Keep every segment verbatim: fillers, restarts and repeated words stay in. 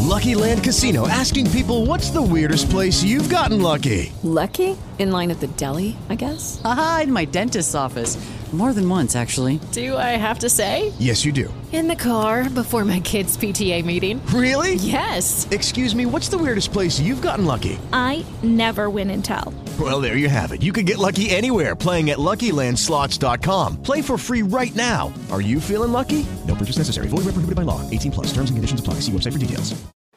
Lucky Land Casino, asking people, what's the weirdest place you've gotten lucky? Lucky? In line at the deli, I guess? Aha, in my dentist's office. More than once, actually. Do I have to say? Yes, you do. In the car before my kids' P T A meeting. Really? Yes. Excuse me, what's the weirdest place you've gotten lucky? I never win and tell. Well, there you have it. You can get lucky anywhere, playing at Lucky Land Slots dot com. Play for free right now. Are you feeling lucky? No purchase necessary. Void where prohibited by law. eighteen plus. Terms and conditions apply. See website for details.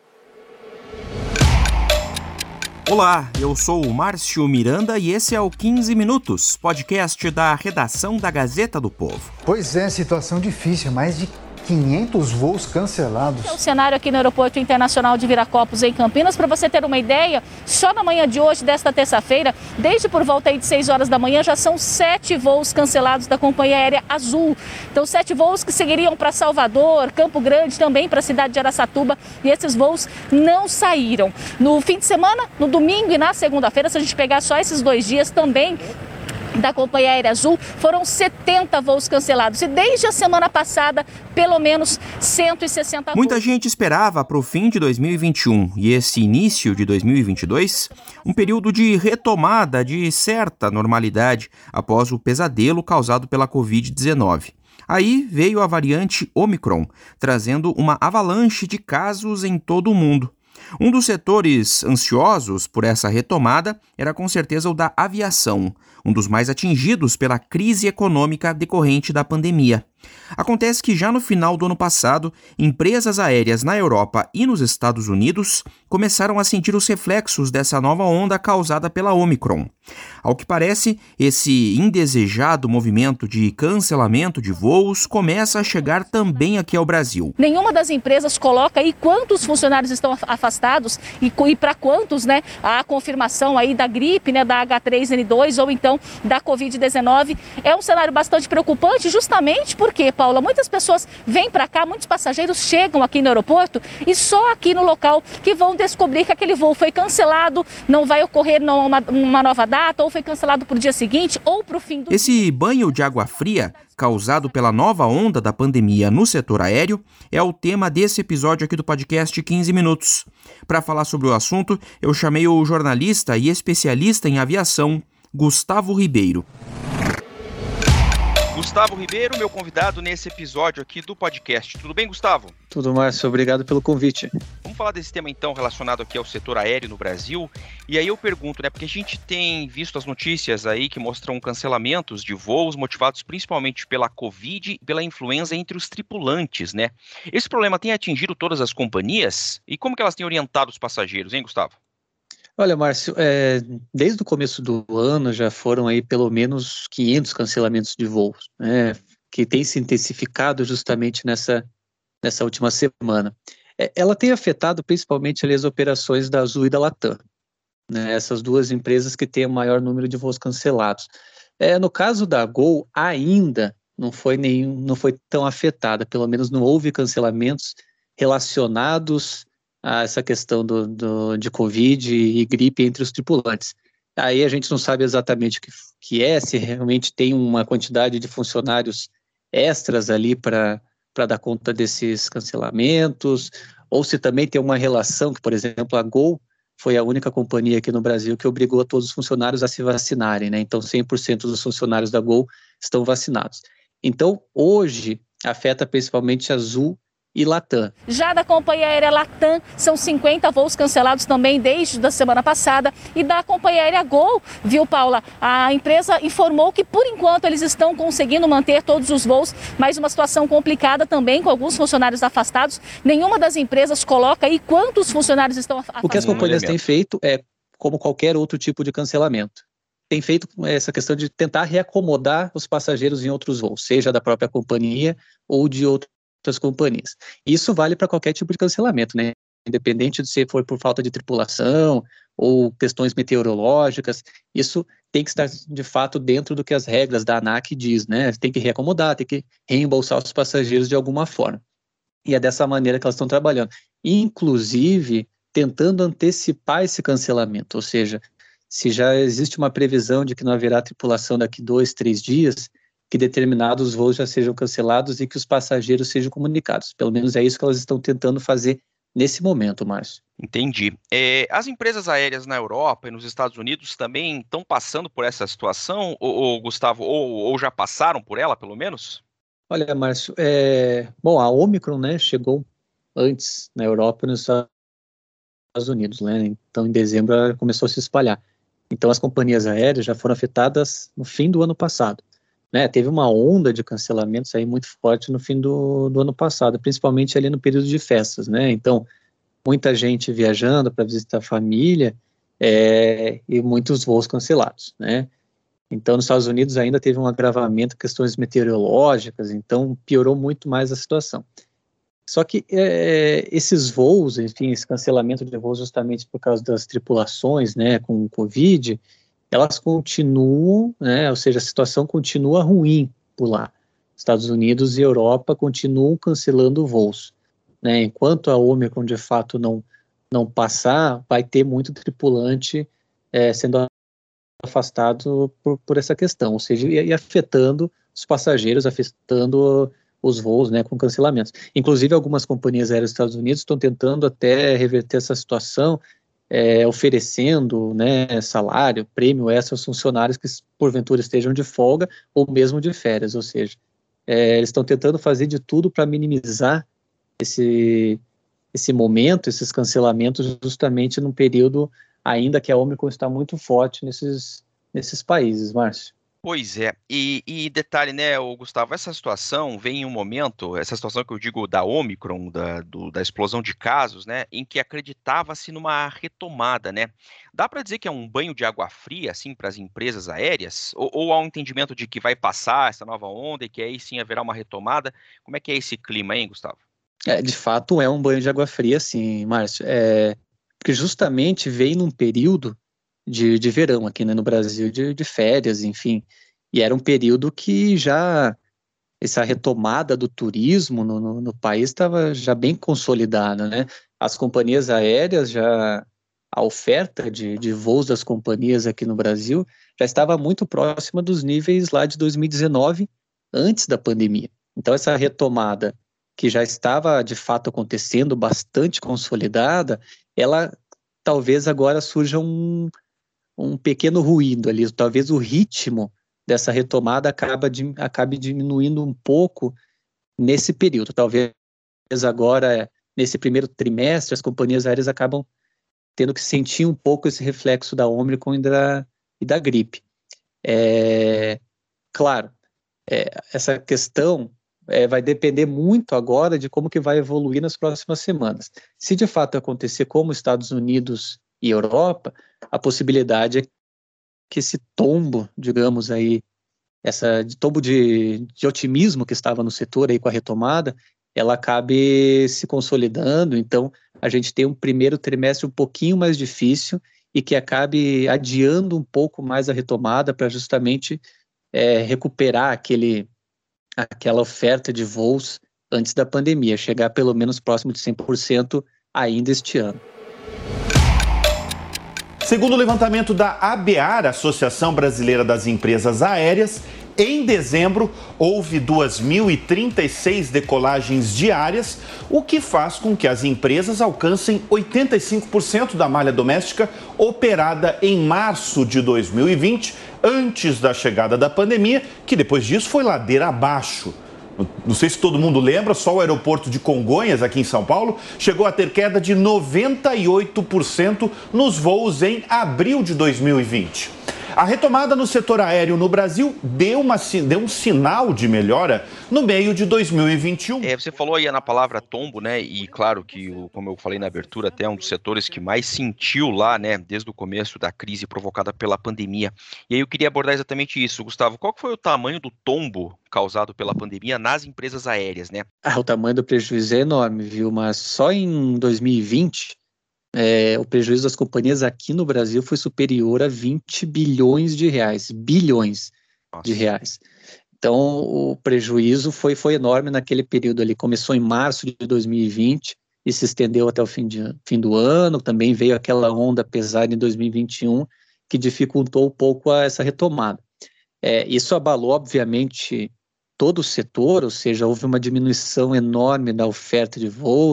Olá, eu sou o Márcio Miranda e esse é o quinze Minutos, podcast da redação da Gazeta do Povo. Pois é, situação difícil, mais de quinhentos voos cancelados. É o cenário aqui no Aeroporto Internacional de Viracopos, em Campinas. Para você ter uma ideia, só na manhã de hoje, desta terça-feira, desde por volta aí de seis horas da manhã, já são sete voos cancelados da Companhia Aérea Azul. Então, sete voos que seguiriam para Salvador, Campo Grande, também para a cidade de Araçatuba, e esses voos não saíram. No fim de semana, no domingo e na segunda-feira, se a gente pegar só esses dois dias também, da Companhia Aérea Azul, foram setenta voos cancelados e desde a semana passada, pelo menos cento e sessenta voos. Muita gente esperava para o fim de dois mil e vinte e um e esse início de dois mil e vinte e dois um período de retomada de certa normalidade após o pesadelo causado pela covid dezenove. Aí veio a variante Omicron, trazendo uma avalanche de casos em todo o mundo. Um dos setores ansiosos por essa retomada era com certeza o da aviação, um dos mais atingidos pela crise econômica decorrente da pandemia. Acontece que já no final do ano passado, empresas aéreas na Europa e nos Estados Unidos começaram a sentir os reflexos dessa nova onda causada pela Omicron. Ao que parece, esse indesejado movimento de cancelamento de voos começa a chegar também aqui ao Brasil. Nenhuma das empresas coloca aí quantos funcionários estão afastados e, e para quantos, né, a confirmação aí da gripe, né, da agá três ene dois ou então da covid dezenove. É um cenário bastante preocupante, justamente porque, Paula, muitas pessoas vêm para cá, muitos passageiros chegam aqui no aeroporto e só aqui no local que vão descobrir que aquele voo foi cancelado, não vai ocorrer uma, uma nova data, ou foi cancelado para o dia seguinte, ou para o fim do... Esse banho de água fria, causado pela nova onda da pandemia no setor aéreo, é o tema desse episódio aqui do podcast quinze Minutos. Para falar sobre o assunto, eu chamei o jornalista e especialista em aviação, Gustavo Ribeiro. Gustavo Ribeiro, meu convidado nesse episódio aqui do podcast. Tudo bem, Gustavo? Tudo, Márcio. Obrigado pelo convite. Vamos falar desse tema, então, relacionado aqui ao setor aéreo no Brasil. E aí eu pergunto, né, porque a gente tem visto as notícias aí que mostram cancelamentos de voos motivados principalmente pela Covid e pela influenza entre os tripulantes, né? Esse problema tem atingido todas as companhias? E como que elas têm orientado os passageiros, hein, Gustavo? Olha, Márcio, é, desde o começo do ano já foram aí pelo menos quinhentos cancelamentos de voos, né, que tem se intensificado justamente nessa, nessa última semana. É, ela tem afetado principalmente ali, as operações da Azul e da Latam, né, essas duas empresas que têm o maior número de voos cancelados. É, no caso da Gol, ainda não foi, nenhum, não foi tão afetada, pelo menos não houve cancelamentos relacionados a essa questão do, do, de Covid e gripe entre os tripulantes. Aí a gente não sabe exatamente o que, que é, se realmente tem uma quantidade de funcionários extras ali para dar conta desses cancelamentos, ou se também tem uma relação que, por exemplo, a Gol foi a única companhia aqui no Brasil que obrigou todos os funcionários a se vacinarem, né? Então cem por cento dos funcionários da Gol estão vacinados. Então, hoje, afeta principalmente a Azul e Latam. Já da Companhia Aérea Latam, são cinquenta voos cancelados também desde a semana passada. E da Companhia Aérea Gol, viu, Paula? A empresa informou que, por enquanto, eles estão conseguindo manter todos os voos, mas uma situação complicada também, com alguns funcionários afastados. Nenhuma das empresas coloca aí quantos funcionários estão afastados. O que as companhias têm feito é como qualquer outro tipo de cancelamento. Tem feito essa questão de tentar reacomodar os passageiros em outros voos, seja da própria companhia ou de outros outras companhias. Isso vale para qualquer tipo de cancelamento, né? Independente de se for por falta de tripulação ou questões meteorológicas, isso tem que estar de fato dentro do que as regras da ANAC diz, né? Tem que reacomodar, tem que reembolsar os passageiros de alguma forma. E é dessa maneira que elas estão trabalhando. Inclusive, tentando antecipar esse cancelamento, ou seja, se já existe uma previsão de que não haverá tripulação daqui dois, três dias, que determinados voos já sejam cancelados e que os passageiros sejam comunicados. Pelo menos é isso que elas estão tentando fazer nesse momento, Márcio. Entendi. É, as empresas aéreas na Europa e nos Estados Unidos também estão passando por essa situação, ou, ou, Gustavo, ou, ou já passaram por ela, pelo menos? Olha, Márcio, é... bom, a Omicron, né, chegou antes na Europa e nos Estados Unidos, né? Então, em dezembro, ela começou a se espalhar. Então, as companhias aéreas já foram afetadas no fim do ano passado, né? Teve uma onda de cancelamentos aí muito forte no fim do, do ano passado, principalmente ali no período de festas, né? Então, muita gente viajando para visitar a família é, e muitos voos cancelados, né? Então, nos Estados Unidos ainda teve um agravamento, questões meteorológicas, então piorou muito mais a situação. Só que é, esses voos, enfim, esse cancelamento de voos justamente por causa das tripulações, né, com o Covid, elas continuam, né, ou seja, a situação continua ruim por lá. Estados Unidos e Europa continuam cancelando voos, né, enquanto a Omicron de fato não, não passar, vai ter muito tripulante é, sendo afastado por, por essa questão, ou seja, e, e afetando os passageiros, afetando os voos, né, com cancelamentos. Inclusive, algumas companhias aéreas dos Estados Unidos estão tentando até reverter essa situação, é, oferecendo, né, salário, prêmio extra aos funcionários que porventura estejam de folga ou mesmo de férias, ou seja, é, eles estão tentando fazer de tudo para minimizar esse, esse momento, esses cancelamentos, justamente num período ainda que a Omicron está muito forte nesses, nesses países, Márcio. Pois é, e, e detalhe, né, Gustavo, essa situação vem em um momento, essa situação que eu digo da Omicron, da, do, da explosão de casos, né, em que acreditava-se numa retomada, né? Dá para dizer que é um banho de água fria, assim, para as empresas aéreas? Ou, ou há um entendimento de que vai passar essa nova onda e que aí sim haverá uma retomada? Como é que é esse clima, hein, Gustavo? É, de fato, é um banho de água fria, sim, Márcio. É, porque justamente veio num período De, de verão aqui, né, no Brasil, de, de férias, enfim, e era um período que já, essa retomada do turismo no, no, no país estava já bem consolidada, né, as companhias aéreas já, a oferta de, de voos das companhias aqui no Brasil já estava muito próxima dos níveis lá de dois mil e dezenove, antes da pandemia, então essa retomada que já estava de fato acontecendo, bastante consolidada, ela talvez agora surja um um pequeno ruído ali, talvez o ritmo dessa retomada acaba de, acabe diminuindo um pouco nesse período, talvez agora, nesse primeiro trimestre, as companhias aéreas acabam tendo que sentir um pouco esse reflexo da Omicron e da, e da gripe. É, claro, é, essa questão é, vai depender muito agora de como que vai evoluir nas próximas semanas. Se de fato acontecer como Estados Unidos e Europa, a possibilidade é que esse tombo, digamos aí, essa de tombo de, de otimismo que estava no setor aí com a retomada, ela acabe se consolidando, então a gente tem um primeiro trimestre um pouquinho mais difícil e que acabe adiando um pouco mais a retomada para justamente é, recuperar aquele, aquela oferta de voos antes da pandemia, chegar pelo menos próximo de cem por cento ainda este ano. Segundo o levantamento da ABAR, Associação Brasileira das Empresas Aéreas, em dezembro houve duas mil e trinta e seis decolagens diárias, o que faz com que as empresas alcancem oitenta e cinco por cento da malha doméstica operada em março de dois mil e vinte, antes da chegada da pandemia, que depois disso foi ladeira abaixo. Não sei se todo mundo lembra, só o aeroporto de Congonhas, aqui em São Paulo, chegou a ter queda de noventa e oito por cento nos voos em abril de dois mil e vinte. A retomada no setor aéreo no Brasil deu, uma, deu um sinal de melhora no meio de dois mil e vinte e um. É, você falou aí na palavra tombo, né? E claro que, como eu falei na abertura, até é um dos setores que mais sentiu lá, né? Desde o começo da crise provocada pela pandemia. E aí eu queria abordar exatamente isso, Gustavo. Qual foi o tamanho do tombo causado pela pandemia nas empresas aéreas, né? Ah, o tamanho do prejuízo é enorme, viu? Mas só em dois mil e vinte... É, o prejuízo das companhias aqui no Brasil foi superior a vinte bilhões de reais, bilhões Nossa. de reais. Então, o prejuízo foi, foi enorme naquele período ali. Começou em março de dois mil e vinte e se estendeu até o fim, de, fim do ano. Também veio aquela onda pesada em dois mil e vinte e um que dificultou um pouco a, essa retomada. É, isso abalou, obviamente, todo o setor, ou seja, houve uma diminuição enorme da oferta de voos,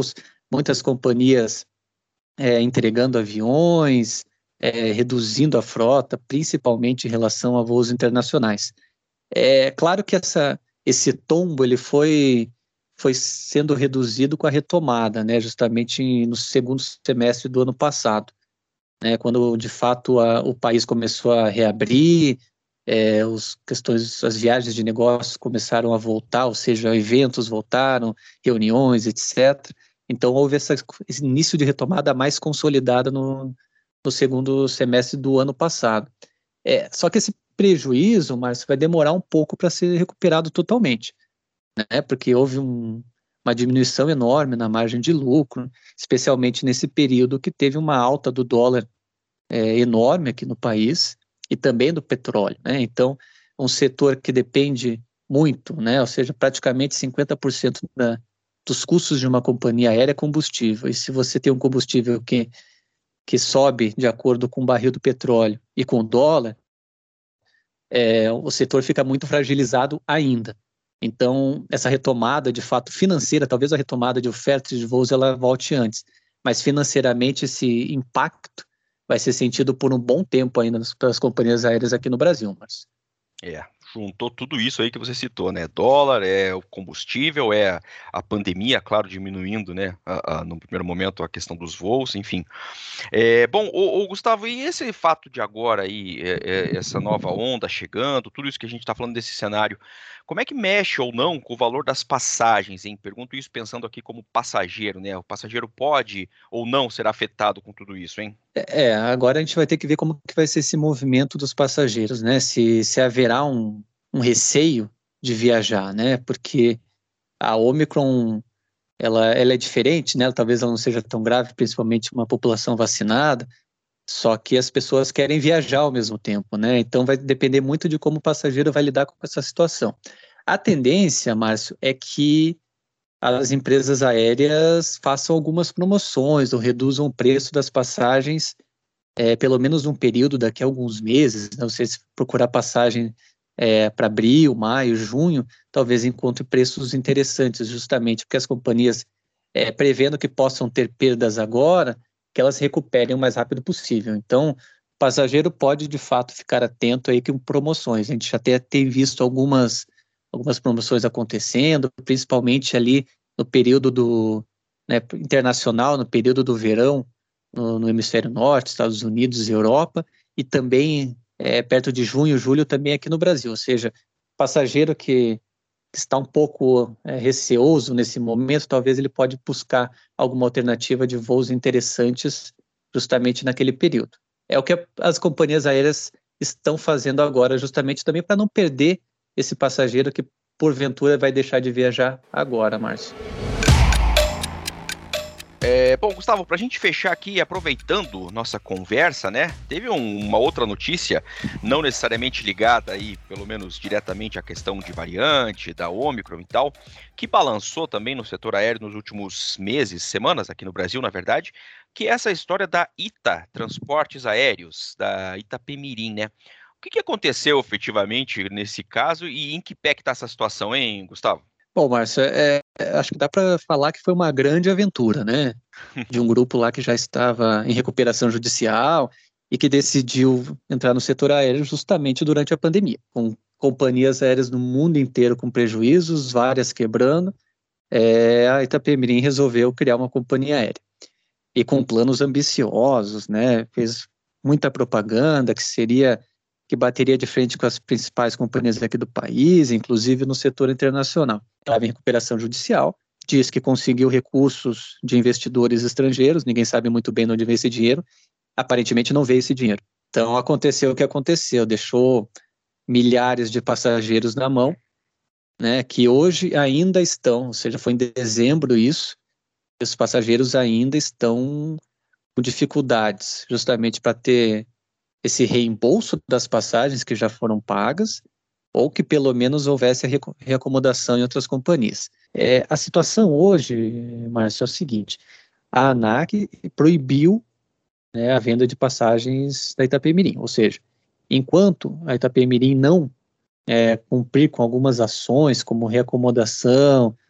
muitas companhias é, entregando aviões, é, reduzindo a frota, principalmente em relação a voos internacionais. É claro que essa, esse tombo ele foi, foi sendo reduzido com a retomada, né, justamente no segundo semestre do ano passado, né, quando de fato a, o país começou a reabrir, é, os questões, as viagens de negócios começaram a voltar, ou seja, eventos voltaram, reuniões, etcétera. Então houve essa, esse início de retomada mais consolidada no, no segundo semestre do ano passado. É, só que esse prejuízo, Márcio, vai demorar um pouco para ser recuperado totalmente, né? Porque houve um, uma diminuição enorme na margem de lucro, especialmente nesse período que teve uma alta do dólar é, enorme aqui no país e também do petróleo, né? Então, um setor que depende muito, né? Ou seja, praticamente cinquenta por cento da, dos custos de uma companhia aérea é combustível. E se você tem um combustível que, que sobe de acordo com o barril do petróleo e com o dólar, É, o setor fica muito fragilizado ainda. Então, essa retomada, de fato, financeira, talvez a retomada de ofertas de voos, ela volte antes, mas financeiramente esse impacto vai ser sentido por um bom tempo ainda pelas companhias aéreas aqui no Brasil, Márcio. É, juntou tudo isso aí que você citou, né? Dólar, é o combustível, é a pandemia, claro, diminuindo, né? A, a, no primeiro momento a questão dos voos, enfim. É, bom, ô, ô, Gustavo, e esse fato de agora aí, é, é, essa nova onda chegando, tudo isso que a gente está falando desse cenário, como é que mexe ou não com o valor das passagens, hein? Pergunto isso pensando aqui como passageiro, né? O passageiro pode ou não ser afetado com tudo isso, hein? É, agora a gente vai ter que ver como que vai ser esse movimento dos passageiros, né? Se, se haverá um, um receio de viajar, né? Porque a Omicron, ela, ela é diferente, né? Talvez ela não seja tão grave, principalmente uma população vacinada, só que as pessoas querem viajar ao mesmo tempo, né? Então vai depender muito de como o passageiro vai lidar com essa situação. A tendência, Márcio, é que as empresas aéreas façam algumas promoções ou reduzam o preço das passagens, é, pelo menos um período daqui a alguns meses, né? Você se procurar passagem é, para abril, maio, junho, talvez encontre preços interessantes, justamente porque as companhias, é, prevendo que possam ter perdas agora, que elas recuperem o mais rápido possível. Então, o passageiro pode, de fato, ficar atento aí com promoções. A gente até tem visto algumas algumas promoções acontecendo, principalmente ali no período do, né, internacional, no período do verão, no, no hemisfério norte, Estados Unidos e Europa, e também é, perto de junho, julho, também aqui no Brasil. Ou seja, passageiro que, que está um pouco é, receoso nesse momento, talvez ele pode buscar alguma alternativa de voos interessantes justamente naquele período. É o que as companhias aéreas estão fazendo agora, justamente também para não perder esse passageiro que, porventura, vai deixar de viajar agora, Márcio. É, bom, Gustavo, para a gente fechar aqui, aproveitando nossa conversa, né? Teve um, uma outra notícia, não necessariamente ligada aí, pelo menos diretamente à questão de variante, da Omicron e tal, que balançou também no setor aéreo nos últimos meses, semanas aqui no Brasil, na verdade, que é essa história da I T A, Transportes Aéreos, da Itapemirim, né? O que, que aconteceu efetivamente nesse caso e em que pé que está essa situação, hein, Gustavo? Bom, Márcio, é, acho que dá para falar que foi uma grande aventura, né? De um grupo lá que já estava em recuperação judicial e que decidiu entrar no setor aéreo justamente durante a pandemia, com companhias aéreas no mundo inteiro com prejuízos, várias quebrando. É, a Itapemirim resolveu criar uma companhia aérea e com planos ambiciosos, né? Fez muita propaganda que seria que bateria de frente com as principais companhias aqui do país, inclusive no setor internacional. Estava em recuperação judicial, diz que conseguiu recursos de investidores estrangeiros, ninguém sabe muito bem de onde veio esse dinheiro, aparentemente não veio esse dinheiro. Então aconteceu o que aconteceu, deixou milhares de passageiros na mão, né, que hoje ainda estão, ou seja, foi em dezembro isso, e os passageiros ainda estão com dificuldades, justamente para ter esse reembolso das passagens que já foram pagas, ou que pelo menos houvesse a reacomodação em outras companhias. É, a situação hoje, Márcio, é o seguinte: a ANAC proibiu, né, a venda de passagens da Itapemirim, ou seja, enquanto a Itapemirim não é, cumprir com algumas ações, como reacomodação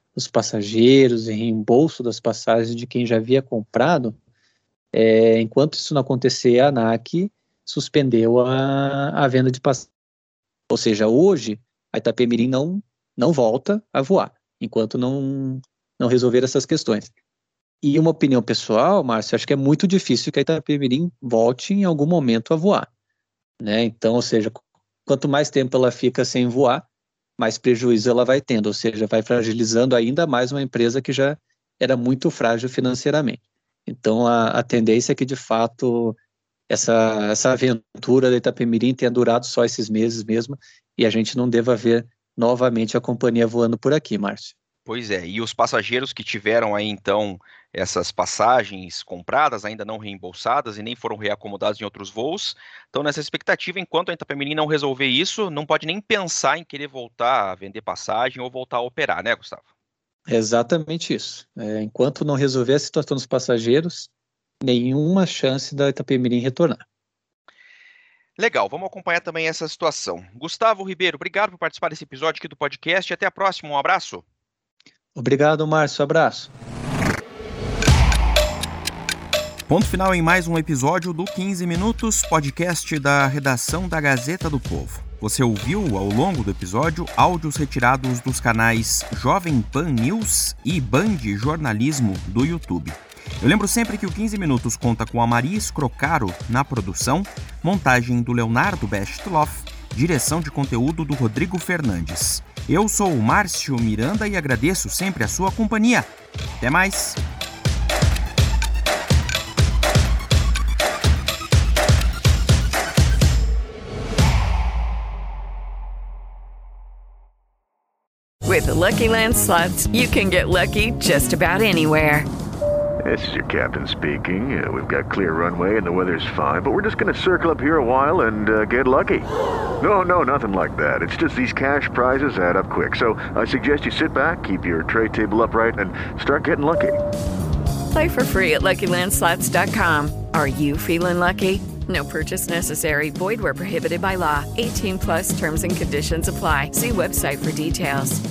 dos passageiros e reembolso das passagens de quem já havia comprado, é, enquanto isso não acontecer, a ANAC suspendeu a, a venda de passagens. Ou seja, hoje a Itapemirim não, não volta a voar, enquanto não, não resolver essas questões. E uma opinião pessoal, Márcio, acho que é muito difícil que a Itapemirim volte em algum momento a voar, né? Então, ou seja, quanto mais tempo ela fica sem voar, mais prejuízo ela vai tendo, ou seja, vai fragilizando ainda mais uma empresa que já era muito frágil financeiramente. Então, a, a tendência é que, de fato, essa, essa aventura da Itapemirim tenha durado só esses meses mesmo, e a gente não deva ver novamente a companhia voando por aqui, Márcio. Pois é, e os passageiros que tiveram aí, então, essas passagens compradas, ainda não reembolsadas e nem foram reacomodados em outros voos, estão nessa expectativa, enquanto a Itapemirim não resolver isso, não pode nem pensar em querer voltar a vender passagem ou voltar a operar, né, Gustavo? É exatamente isso. É, enquanto não resolver a situação dos passageiros, nenhuma chance da Itapemirim retornar. Legal, vamos acompanhar também essa situação. Gustavo Ribeiro, obrigado por participar desse episódio aqui do podcast e até a próxima, um abraço. Obrigado, Márcio, abraço. Ponto final em mais um episódio do quinze Minutos, podcast da redação da Gazeta do Povo. Você ouviu, ao longo do episódio, áudios retirados dos canais Jovem Pan News e Band Jornalismo do YouTube. Eu lembro sempre que o quinze Minutos conta com a Maria Scrocaro na produção, montagem do Leonardo Bestloff, direção de conteúdo do Rodrigo Fernandes. Eu sou o Márcio Miranda e agradeço sempre a sua companhia. Até mais! With the Lucky Land Slots, you can get lucky just about anywhere. This is your captain speaking. Uh, we've got clear runway and the weather's fine, but we're just going to circle up here a while and uh, get lucky. No, no, nothing like that. It's just these cash prizes add up quick. So I suggest you sit back, keep your tray table upright, and start getting lucky. Play for free at Lucky Land Slots dot com. Are you feeling lucky? No purchase necessary. Void where prohibited by law. eighteen plus terms and conditions apply. See website for details.